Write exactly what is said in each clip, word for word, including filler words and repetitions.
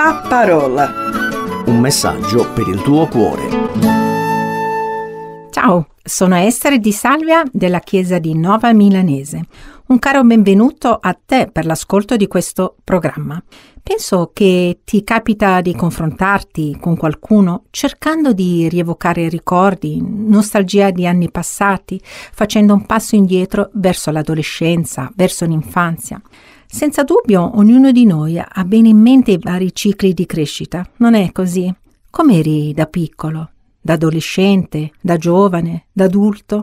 La parola. Un messaggio per il tuo cuore. Ciao, sono Esther di Salvia della Chiesa di Nova Milanese. Un caro benvenuto a te per l'ascolto di questo programma. Penso che ti capita di confrontarti con qualcuno cercando di rievocare ricordi, nostalgia di anni passati, facendo un passo indietro verso l'adolescenza, verso l'infanzia. Senza dubbio, ognuno di noi ha bene in mente i vari cicli di crescita, non è così? Com'eri da piccolo, da adolescente, da giovane, da adulto?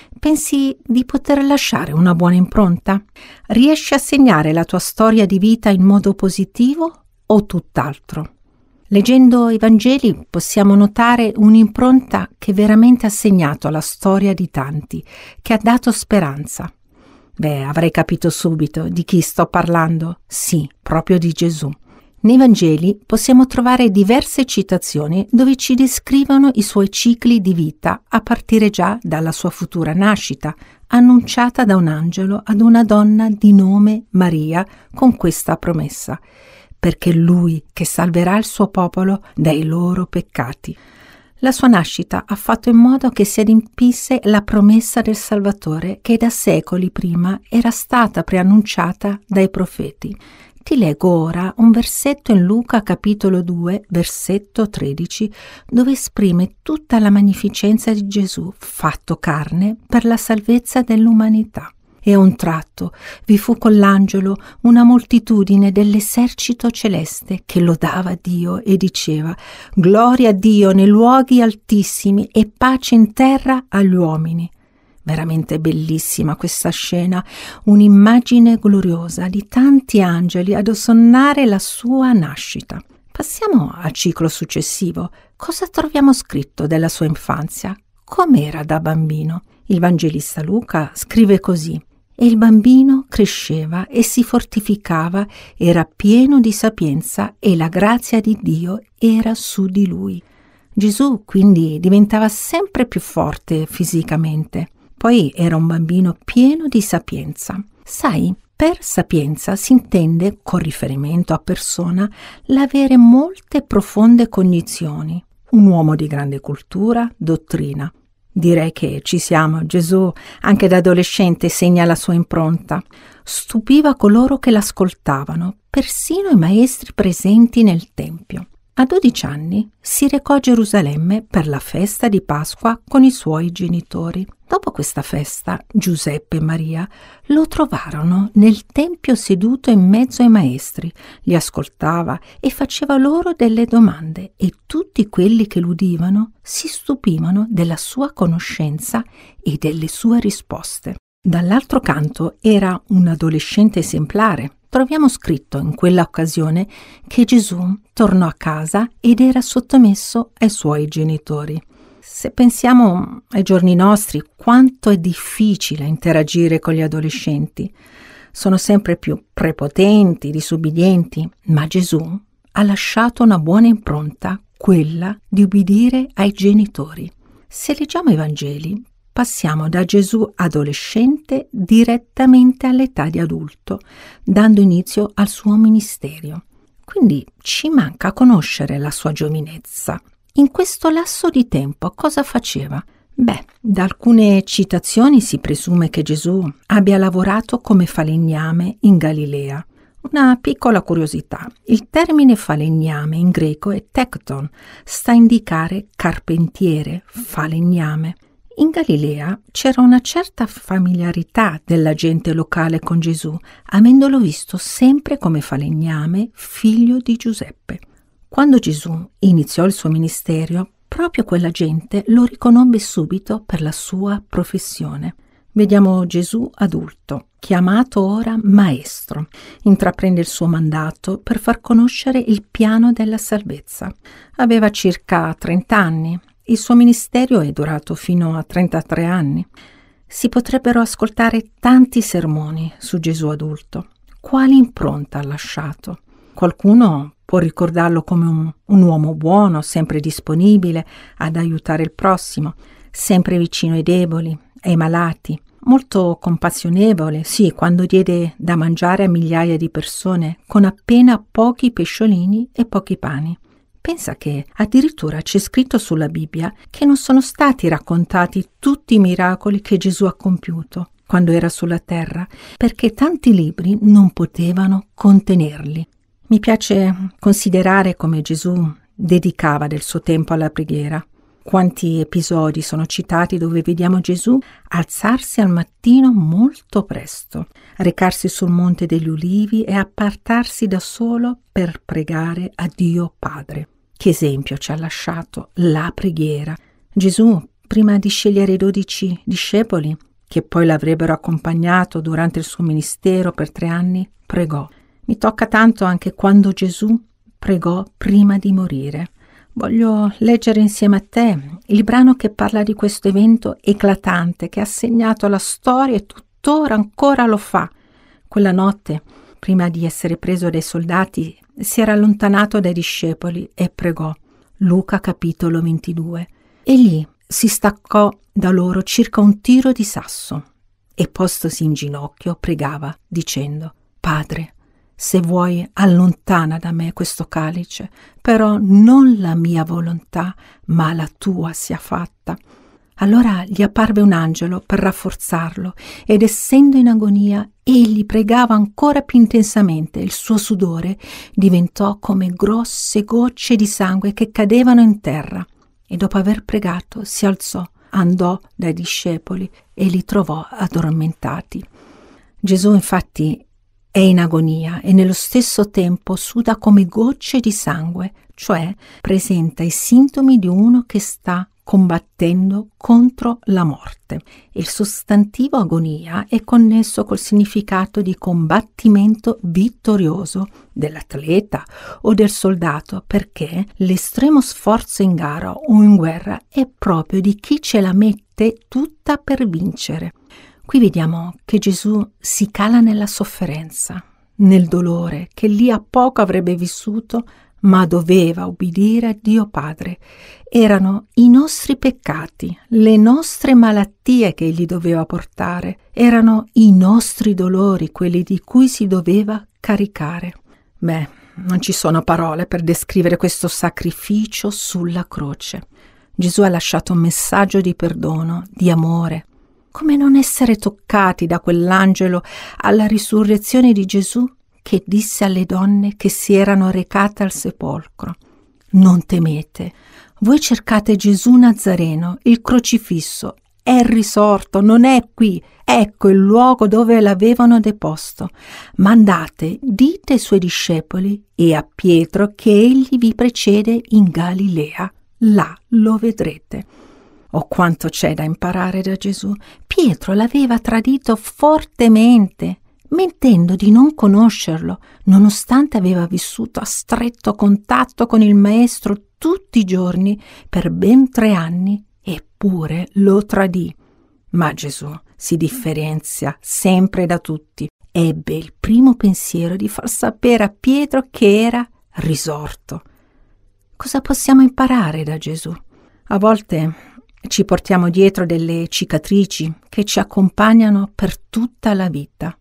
Pensi di poter lasciare una buona impronta? Riesci a segnare la tua storia di vita in modo positivo o tutt'altro? Leggendo i Vangeli possiamo notare un'impronta che veramente ha segnato la storia di tanti, che ha dato speranza. Beh, avrei capito subito di chi sto parlando. Sì, proprio di Gesù. Nei Vangeli possiamo trovare diverse citazioni dove ci descrivono i suoi cicli di vita a partire già dalla sua futura nascita, annunciata da un angelo ad una donna di nome Maria con questa promessa: perché lui che salverà il suo popolo dai loro peccati. La sua nascita ha fatto in modo che si adempisse la promessa del Salvatore che da secoli prima era stata preannunciata dai profeti. Ti leggo ora un versetto in Luca capitolo due, versetto tredici, dove esprime tutta la magnificenza di Gesù fatto carne per la salvezza dell'umanità. E a un tratto vi fu con l'angelo una moltitudine dell'esercito celeste che lodava Dio e diceva: gloria a Dio nei luoghi altissimi e pace in terra agli uomini. Veramente bellissima questa scena, un'immagine gloriosa di tanti angeli ad osannare la sua nascita. Passiamo al ciclo successivo. Cosa troviamo scritto della sua infanzia? Com'era da bambino? Il Vangelista Luca scrive così: e il bambino cresceva e si fortificava, era pieno di sapienza e la grazia di Dio era su di lui. Gesù quindi diventava sempre più forte fisicamente. Poi era un bambino pieno di sapienza. Sai, per sapienza si intende, con riferimento a persona, l'avere molte profonde cognizioni. Un uomo di grande cultura, dottrina. Direi che ci siamo. Gesù, anche da adolescente, segna la sua impronta. Stupiva coloro che l'ascoltavano, persino i maestri presenti nel Tempio. A dodici anni si recò a Gerusalemme per la festa di Pasqua con i suoi genitori. Dopo questa festa, Giuseppe e Maria lo trovarono nel Tempio seduto in mezzo ai maestri, li ascoltava e faceva loro delle domande, e tutti quelli che l'udivano si stupivano della sua conoscenza e delle sue risposte. Dall'altro canto era un adolescente esemplare. Troviamo scritto in quella occasione che Gesù tornò a casa ed era sottomesso ai suoi genitori. Se pensiamo ai giorni nostri, quanto è difficile interagire con gli adolescenti. Sono sempre più prepotenti, disubbidienti, ma Gesù ha lasciato una buona impronta, quella di ubbidire ai genitori. Se leggiamo i Vangeli, passiamo da Gesù adolescente direttamente all'età di adulto, dando inizio al suo ministero. Quindi ci manca conoscere la sua giovinezza. In questo lasso di tempo cosa faceva? Beh, da alcune citazioni si presume che Gesù abbia lavorato come falegname in Galilea. Una piccola curiosità: il termine falegname in greco è tekton, sta a indicare carpentiere, falegname. In Galilea c'era una certa familiarità della gente locale con Gesù, avendolo visto sempre come falegname, figlio di Giuseppe. Quando Gesù iniziò il suo ministero, proprio quella gente lo riconobbe subito per la sua professione. Vediamo Gesù adulto, chiamato ora Maestro, intraprende il suo mandato per far conoscere il piano della salvezza. Aveva circa trenta anni. Il suo ministero è durato fino a trentatré anni. Si potrebbero ascoltare tanti sermoni su Gesù adulto. Quali impronta ha lasciato? Qualcuno può ricordarlo come un, un uomo buono, sempre disponibile ad aiutare il prossimo, sempre vicino ai deboli, ai malati. molto compassionevole, sì, quando diede da mangiare a migliaia di persone con appena pochi pesciolini e pochi pani. Pensa che addirittura c'è scritto sulla Bibbia che non sono stati raccontati tutti i miracoli che Gesù ha compiuto quando era sulla terra, perché tanti libri non potevano contenerli. Mi piace considerare come Gesù dedicava del suo tempo alla preghiera. Quanti episodi sono citati dove vediamo Gesù alzarsi al mattino molto presto, recarsi sul Monte degli Ulivi e appartarsi da solo per pregare a Dio Padre. Che esempio ci ha lasciato la preghiera. Gesù, prima di scegliere i dodici discepoli, che poi l'avrebbero accompagnato durante il suo ministero per tre anni, pregò. Mi tocca tanto anche quando Gesù pregò prima di morire. Voglio leggere insieme a te il brano che parla di questo evento eclatante che ha segnato la storia e tuttora ancora lo fa. Quella notte, prima di essere preso dai soldati, si era allontanato dai discepoli e pregò. Luca capitolo ventidue. E lì si staccò da loro circa un tiro di sasso e postosi in ginocchio pregava dicendo: Padre, se vuoi allontana da me questo calice, però non la mia volontà, ma la tua sia fatta. Allora gli apparve un angelo per rafforzarlo ed essendo in agonia egli pregava ancora più intensamente. Il suo sudore diventò come grosse gocce di sangue che cadevano in terra e dopo aver pregato si alzò, andò dai discepoli e li trovò addormentati. Gesù infatti è in agonia e nello stesso tempo suda come gocce di sangue, cioè presenta i sintomi di uno che sta combattendo contro la morte. Il sostantivo agonia è connesso col significato di combattimento vittorioso dell'atleta o del soldato, perché l'estremo sforzo in gara o in guerra è proprio di chi ce la mette tutta per vincere. Qui vediamo che Gesù si cala nella sofferenza, nel dolore che lì a poco avrebbe vissuto, ma doveva ubbidire a Dio Padre. Erano i nostri peccati, le nostre malattie che egli doveva portare, erano i nostri dolori, quelli di cui si doveva caricare. Beh, non ci sono parole per descrivere questo sacrificio sulla croce. Gesù ha lasciato un messaggio di perdono, di amore. Come non essere toccati da quell'angelo alla risurrezione di Gesù che disse alle donne che si erano recate al sepolcro: non temete, voi cercate Gesù Nazareno, il crocifisso, è risorto, non è qui, ecco il luogo dove l'avevano deposto. Ma andate, dite ai suoi discepoli e a Pietro che egli vi precede in Galilea, là lo vedrete. Oh, quanto c'è da imparare da Gesù! Pietro l'aveva tradito fortemente, mentendo di non conoscerlo, nonostante aveva vissuto a stretto contatto con il Maestro tutti i giorni per ben tre anni, eppure lo tradì. Ma Gesù si differenzia sempre da tutti. Ebbe il primo pensiero di far sapere a Pietro che era risorto. Cosa possiamo imparare da Gesù? A volte ci portiamo dietro delle cicatrici che ci accompagnano per tutta la vita.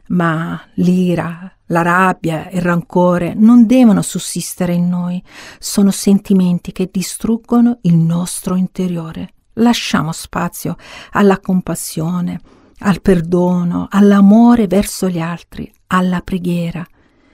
Ma l'ira, la rabbia e il rancore non devono sussistere in noi. Sono sentimenti che distruggono il nostro interiore. Lasciamo spazio alla compassione, al perdono, all'amore verso gli altri, alla preghiera.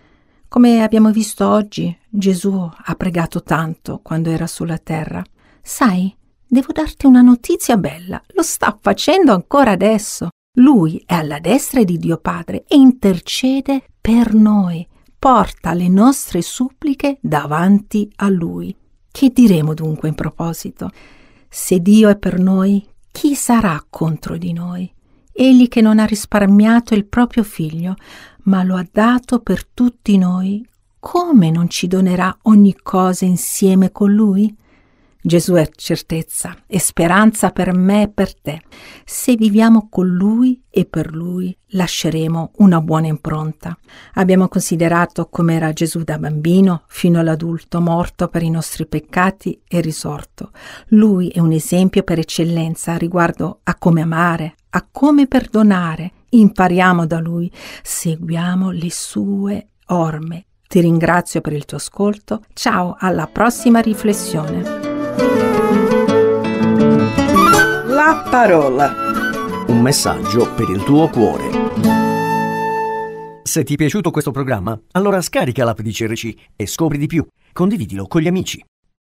Come abbiamo visto oggi, Gesù ha pregato tanto quando era sulla terra. Sai, devo darti una notizia bella, lo sta facendo ancora adesso. Lui è alla destra di Dio Padre e intercede per noi, porta le nostre suppliche davanti a Lui. Che diremo dunque in proposito? Se Dio è per noi, chi sarà contro di noi? Egli che non ha risparmiato il proprio figlio, ma lo ha dato per tutti noi, come non ci donerà ogni cosa insieme con Lui? Gesù è certezza e speranza per me e per te. Se viviamo con Lui e per Lui, lasceremo una buona impronta. Abbiamo considerato com'era Gesù da bambino fino all'adulto, morto per i nostri peccati e risorto. Lui è un esempio per eccellenza riguardo a come amare, a come perdonare. Impariamo da lui, seguiamo le sue orme. Ti ringrazio per il tuo ascolto. Ciao, alla prossima riflessione. La parola. Un messaggio per il tuo cuore. Se ti è piaciuto questo programma, allora scarica l'app di C R C e scopri di più. Condividilo con gli amici.